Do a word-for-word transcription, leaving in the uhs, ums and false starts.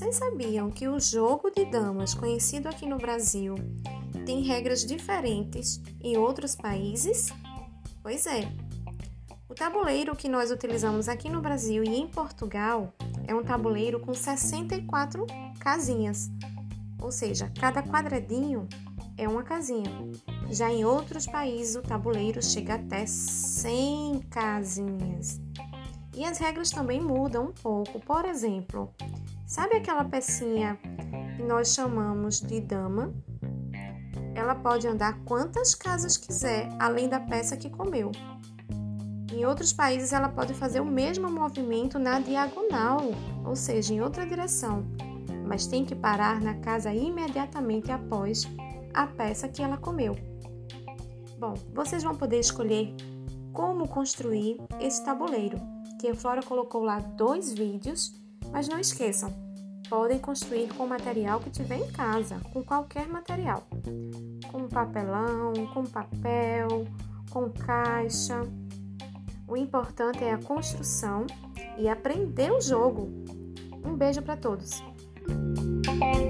Vocês sabiam que o jogo de damas, conhecido aqui no Brasil, tem regras diferentes em outros países? Pois é. O tabuleiro que nós utilizamos aqui no Brasil e em Portugal é um tabuleiro com sessenta e quatro casinhas, ou seja, cada quadradinho é uma casinha. Já em outros países, o tabuleiro chega até cem casinhas. E as regras também mudam um pouco. Por exemplo, sabe aquela pecinha que nós chamamos de dama? Ela pode andar quantas casas quiser, além da peça que comeu. Em outros países, ela pode fazer o mesmo movimento na diagonal, ou seja, em outra direção, mas tem que parar na casa imediatamente após a peça que ela comeu. Bom, vocês vão poder escolher como construir esse tabuleiro, que a Flora colocou lá dois vídeos, mas não esqueçam, podem construir com o material que tiver em casa, com qualquer material, com papelão, com papel, com caixa. O importante é a construção e aprender o jogo. Um beijo para todos!